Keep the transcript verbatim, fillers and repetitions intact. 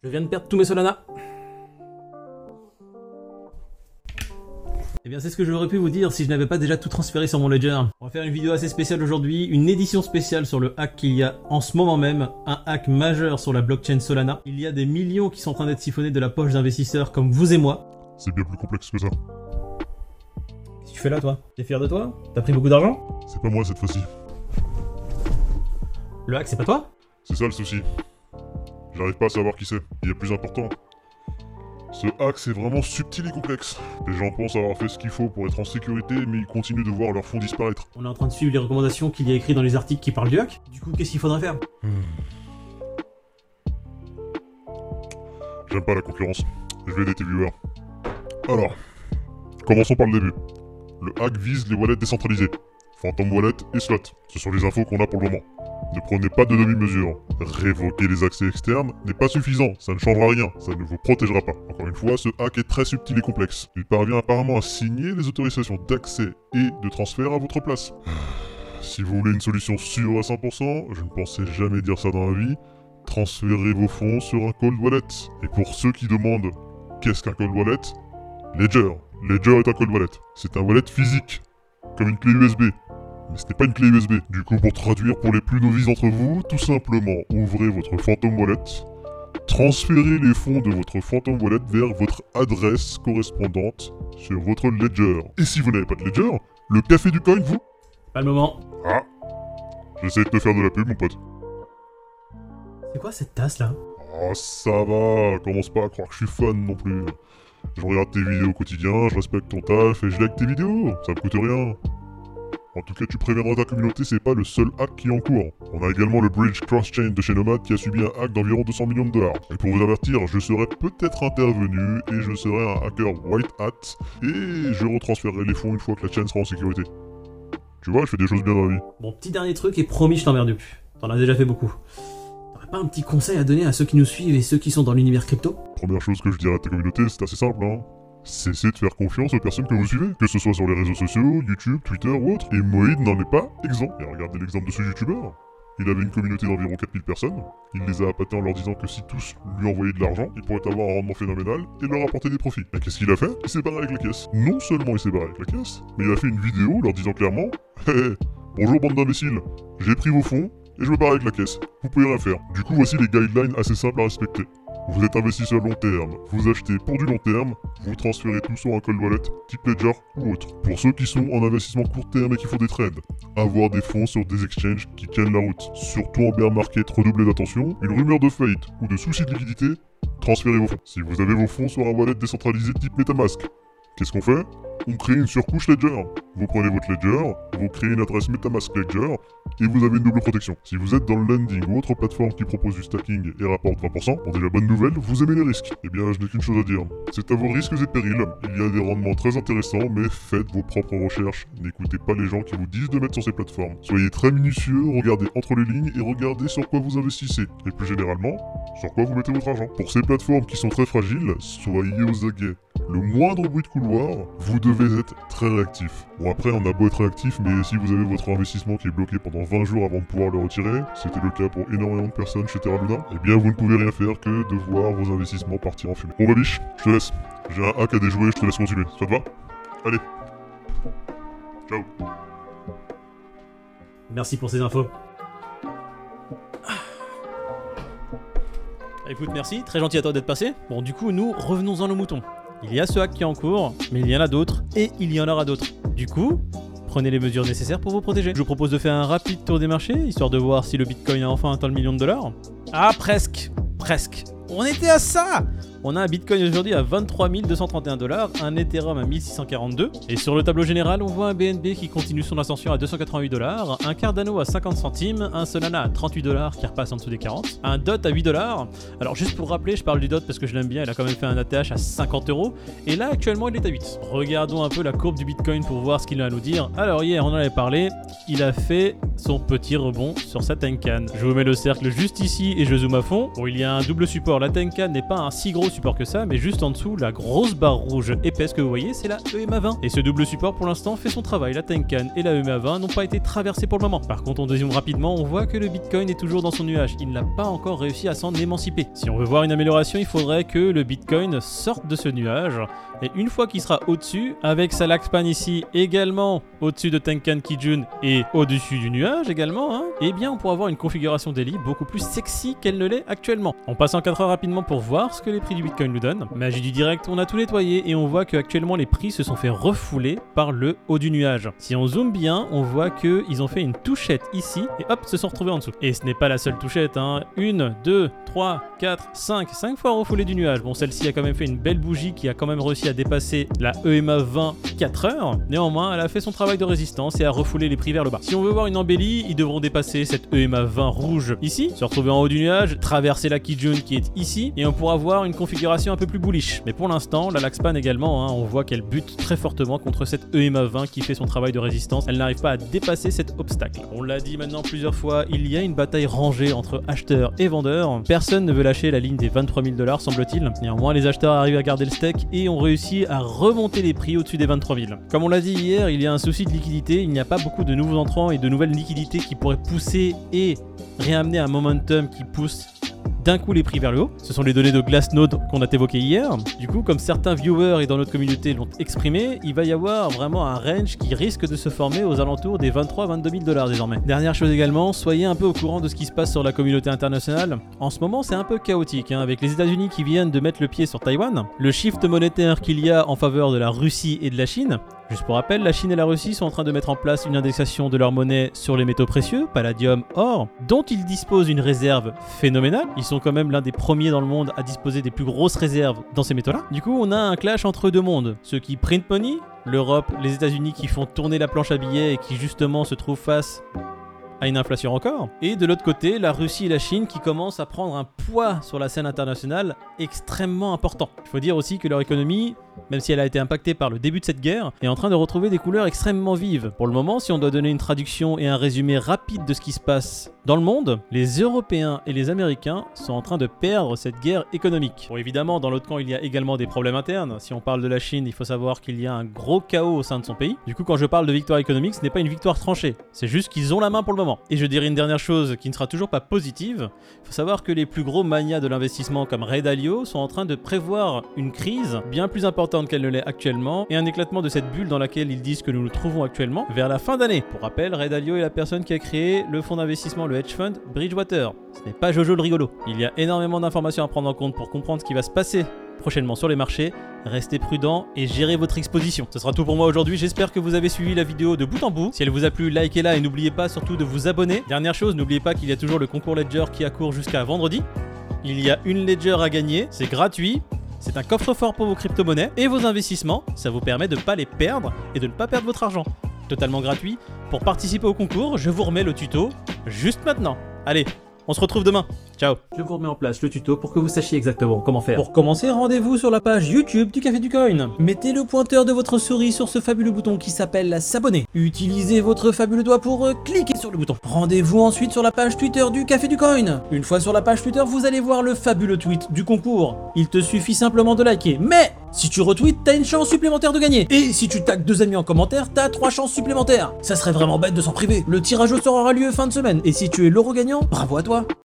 Je viens de perdre tous mes Solana. Eh bien c'est ce que j'aurais pu vous dire si je n'avais pas déjà tout transféré sur mon Ledger. On va faire une vidéo assez spéciale aujourd'hui, une édition spéciale sur le hack qu'il y a en ce moment même, un hack majeur sur la blockchain Solana. Il y a des millions qui sont en train d'être siphonnés de la poche d'investisseurs comme vous et moi. C'est bien plus complexe que ça. Qu'est-ce que tu fais là toi? T'es fier de toi? T'as pris beaucoup d'argent? C'est pas moi cette fois-ci. Le hack c'est pas toi? C'est ça le souci. J'arrive pas à savoir qui c'est. Il y a plus important. Ce hack c'est vraiment subtil et complexe. Les gens pensent avoir fait ce qu'il faut pour être en sécurité, mais ils continuent de voir leurs fonds disparaître. On est en train de suivre les recommandations qu'il y a écrites dans les articles qui parlent du hack. Du coup qu'est-ce qu'il faudrait faire? Hmm. J'aime pas la concurrence. Je vais aider tes viewers. Alors, commençons par le début. Le hack vise les wallets décentralisés. Phantom Wallet et Slot. Ce sont les infos qu'on a pour le moment. Ne prenez pas de demi-mesure. Révoquer les accès externes n'est pas suffisant, ça ne changera rien, ça ne vous protégera pas. Encore une fois, ce hack est très subtil et complexe. Il parvient apparemment à signer les autorisations d'accès et de transfert à votre place. Si vous voulez une solution sûre à cent pour cent, je ne pensais jamais dire ça dans la vie, transférez vos fonds sur un cold wallet. Et pour ceux qui demandent qu'est-ce qu'un cold wallet, Ledger. Ledger est un cold wallet. C'est un wallet physique, comme une clé U S B. Mais ce n'est pas une clé U S B. Du coup, pour traduire pour les plus novices d'entre vous, tout simplement, ouvrez votre Phantom Wallet, transférez les fonds de votre Phantom Wallet vers votre adresse correspondante sur votre Ledger. Et si vous n'avez pas de Ledger, le café du coin, vous... Pas le moment. Ah, j'essaie de te faire de la pub, mon pote. C'est quoi cette tasse là? Oh, ça va, commence pas à croire que je suis fan non plus. Je regarde tes vidéos au quotidien, je respecte ton taf et je like tes vidéos, ça me coûte rien. En tout cas, tu préviendras ta communauté, c'est pas le seul hack qui est en cours. On a également le Bridge Cross-Chain de chez Nomad qui a subi un hack d'environ deux cents millions de dollars. Et pour vous avertir, je serais peut-être intervenu et je serais un hacker white hat et je retransférerai les fonds une fois que la chaîne sera en sécurité. Tu vois, je fais des choses bien dans la vie. Bon, petit dernier truc et promis, je t'emmerde plus. T'en as déjà fait beaucoup. T'aurais pas un petit conseil à donner à ceux qui nous suivent et ceux qui sont dans l'univers crypto? Première chose que je dirais à ta communauté, c'est assez simple, hein. Cessez de faire confiance aux personnes que vous suivez, que ce soit sur les réseaux sociaux, YouTube, Twitter ou autre. Et Moïd n'en est pas exempt. Et regardez l'exemple de ce youtubeur. Il avait une communauté d'environ quatre mille personnes. Il les a appâtés en leur disant que si tous lui envoyaient de l'argent, il pourrait avoir un rendement phénoménal et leur apporter des profits. Et qu'est-ce qu'il a fait? Il s'est barré avec la caisse. Non seulement il s'est barré avec la caisse, mais il a fait une vidéo leur disant clairement « Hé, bonjour bande d'imbéciles, j'ai pris vos fonds et je me barre avec la caisse. Vous pouvez rien faire. » Du coup, voici les guidelines assez simples à respecter. Vous êtes investisseur long terme, vous achetez pour du long terme, vous transférez tout sur un cold wallet, type Ledger ou autre. Pour ceux qui sont en investissement court terme et qui font des trades, avoir des fonds sur des exchanges qui tiennent la route. Surtout en bear market, redoublez d'attention, une rumeur de faillite ou de soucis de liquidité, transférez vos fonds. Si vous avez vos fonds sur un wallet décentralisé type MetaMask, qu'est-ce qu'on fait? On crée une surcouche Ledger. Vous prenez votre Ledger, vous créez une adresse MetaMask Ledger, et vous avez une double protection. Si vous êtes dans le lending ou autre plateforme qui propose du stacking et rapporte vingt pour cent, bon déjà bonne nouvelle, vous aimez les risques. Eh bien je n'ai qu'une chose à dire, c'est à vos risques et périls. Il y a des rendements très intéressants, mais faites vos propres recherches. N'écoutez pas les gens qui vous disent de mettre sur ces plateformes. Soyez très minutieux, regardez entre les lignes et regardez sur quoi vous investissez. Et plus généralement, sur quoi vous mettez votre argent. Pour ces plateformes qui sont très fragiles, soyez aux aguets. Le moindre bruit de couloir, vous devez être très réactif. Bon après on a beau être réactif, mais si vous avez votre investissement qui est bloqué pendant vingt jours avant de pouvoir le retirer, c'était le cas pour énormément de personnes chez Terra Luna, eh bien vous ne pouvez rien faire que de voir vos investissements partir en fumée. Bon bah biche, je te laisse. J'ai un hack à déjouer, je te laisse continuer. Ça te va? Allez. Ciao. Merci pour ces infos. Écoute, merci, très gentil à toi d'être passé. Bon, du coup, nous, revenons-en aux moutons. Il y a ce hack qui est en cours, mais il y en a d'autres, et il y en aura d'autres. Du coup, prenez les mesures nécessaires pour vous protéger. Je vous propose de faire un rapide tour des marchés, histoire de voir si le Bitcoin a enfin atteint le million de dollars. Ah, presque, presque. On était à ça! On a un Bitcoin aujourd'hui à vingt-trois mille deux cent trente et un dollars, un Ethereum à mille six cent quarante-deux, et sur le tableau général, on voit un B N B qui continue son ascension à deux cent quatre-vingt-huit dollars, un Cardano à cinquante centimes, un Solana à trente-huit dollars qui repasse en dessous des quarante, un D O T à huit dollars. Alors juste pour rappeler, je parle du D O T parce que je l'aime bien, il a quand même fait un A T H à cinquante euros, et là actuellement il est à huit. Regardons un peu la courbe du Bitcoin pour voir ce qu'il a à nous dire. Alors hier, on en avait parlé, il a fait son petit rebond sur sa Tenkan. Je vous mets le cercle juste ici et je zoome à fond. Bon, il y a un double support, la Tenkan n'est pas un si gros support que ça, mais juste en dessous, la grosse barre rouge épaisse que vous voyez, c'est la E M A vingt. Et ce double support pour l'instant fait son travail. La Tenkan et la E M A vingt n'ont pas été traversés pour le moment. Par contre, on dézoome rapidement, on voit que le Bitcoin est toujours dans son nuage. Il n'a pas encore réussi à s'en émanciper. Si on veut voir une amélioration, il faudrait que le Bitcoin sorte de ce nuage. Et une fois qu'il sera au-dessus, avec sa Laxpan ici également au-dessus de Tenkan Kijun et au-dessus du nuage également, hein, eh bien on pourra avoir une configuration daily beaucoup plus sexy qu'elle ne l'est actuellement. On passe en quatre heures rapidement pour voir ce que les prix du Bitcoin nous donnent. Magie du direct, on a tout nettoyé et on voit qu'actuellement les prix se sont fait refouler par le haut du nuage. Si on zoome bien, on voit qu'ils ont fait une touchette ici et hop, se sont retrouvés en dessous. Et ce n'est pas la seule touchette, hein. Une, deux, trois, quatre, cinq, cinq fois refoulée du nuage. Bon, celle-ci a quand même fait une belle bougie qui a quand même réussi à dépasser la E M A vingt quatre heures. Néanmoins, elle a fait son travail de résistance et a refoulé les prix vers le bas. Si on veut voir une embellie, ils devront dépasser cette E M A vingt rouge ici, se retrouver en haut du nuage, traverser la Kijun qui est ici, et on pourra voir une configuration un peu plus bullish. Mais pour l'instant, la Laxpan également, hein, on voit qu'elle bute très fortement contre cette E M A vingt qui fait son travail de résistance. Elle n'arrive pas à dépasser cet obstacle. On l'a dit maintenant plusieurs fois, il y a une bataille rangée entre acheteurs et vendeurs. Personne ne veut lâcher la ligne des vingt-trois mille dollars, semble-t-il. Néanmoins, les acheteurs arrivent à garder le steak et ont réussi à remonter les prix au-dessus des vingt-trois mille. Comme on l'a dit hier, il y a un souci de liquidité. Il n'y a pas beaucoup de nouveaux entrants et de nouvelles liquidités qui pourraient pousser et réamener un momentum qui pousse d'un coup les prix vers le haut. Ce sont les données de Glassnode qu'on a évoquées hier. Du coup, comme certains viewers et dans notre communauté l'ont exprimé, il va y avoir vraiment un range qui risque de se former aux alentours des vingt-trois à vingt-deux mille dollars désormais. Dernière chose également, soyez un peu au courant de ce qui se passe sur la communauté internationale. En ce moment, c'est un peu chaotique, hein, avec les États-Unis qui viennent de mettre le pied sur Taïwan, le shift monétaire qu'il y a en faveur de la Russie et de la Chine. Juste pour rappel, la Chine et la Russie sont en train de mettre en place une indexation de leur monnaie sur les métaux précieux, palladium, or, dont ils disposent d'une réserve phénoménale. Ils sont quand même l'un des premiers dans le monde à disposer des plus grosses réserves dans ces métaux-là. Du coup, on a un clash entre deux mondes. Ceux qui print money, l'Europe, les États-Unis qui font tourner la planche à billets et qui justement se trouvent face à une inflation record. Et de l'autre côté, la Russie et la Chine qui commencent à prendre un poids sur la scène internationale extrêmement important. Il faut dire aussi que leur économie, même si elle a été impactée par le début de cette guerre, est en train de retrouver des couleurs extrêmement vives. Pour le moment, si on doit donner une traduction et un résumé rapide de ce qui se passe dans le monde, les Européens et les Américains sont en train de perdre cette guerre économique. Bon, évidemment, dans l'autre camp, il y a également des problèmes internes. Si on parle de la Chine, il faut savoir qu'il y a un gros chaos au sein de son pays. Du coup, quand je parle de victoire économique, ce n'est pas une victoire tranchée. C'est juste qu'ils ont la main pour le moment. Et je dirais une dernière chose qui ne sera toujours pas positive. Il faut savoir que les plus gros manias de l'investissement comme Ray Dalio sont en train de prévoir une crise bien plus importante qu'elle ne l'est actuellement et un éclatement de cette bulle dans laquelle ils disent que nous nous trouvons actuellement vers la fin d'année. Pour rappel, Ray Dalio est la personne qui a créé le fonds d'investissement, le hedge fund Bridgewater. Ce n'est pas Jojo le rigolo. Il y a énormément d'informations à prendre en compte pour comprendre ce qui va se passer prochainement sur les marchés. Restez prudents et gérez votre exposition. Ce sera tout pour moi aujourd'hui. J'espère que vous avez suivi la vidéo de bout en bout. Si elle vous a plu, likez-la et n'oubliez pas surtout de vous abonner. Dernière chose, n'oubliez pas qu'il y a toujours le concours Ledger qui accourt jusqu'à vendredi. Il y a une Ledger à gagner, c'est gratuit. C'est un coffre-fort pour vos crypto-monnaies et vos investissements. Ça vous permet de ne pas les perdre et de ne pas perdre votre argent. Totalement gratuit. Pour participer au concours, je vous remets le tuto juste maintenant. Allez, on se retrouve demain. Ciao. Je vous remets en place le tuto pour que vous sachiez exactement comment faire. Pour commencer, rendez-vous sur la page YouTube du Café du Coin. Mettez le pointeur de votre souris sur ce fabuleux bouton qui s'appelle s'abonner. Utilisez votre fabuleux doigt pour euh, cliquer sur le bouton. Rendez-vous ensuite sur la page Twitter du Café du Coin. Une fois sur la page Twitter, vous allez voir le fabuleux tweet du concours. Il te suffit simplement de liker. Mais si tu retweets, t'as une chance supplémentaire de gagner. Et si tu tags deux amis en commentaire, t'as trois chances supplémentaires. Ça serait vraiment bête de s'en priver. Le tirage au sort aura lieu fin de semaine. Et si tu es l'euro gagnant, bravo à toi.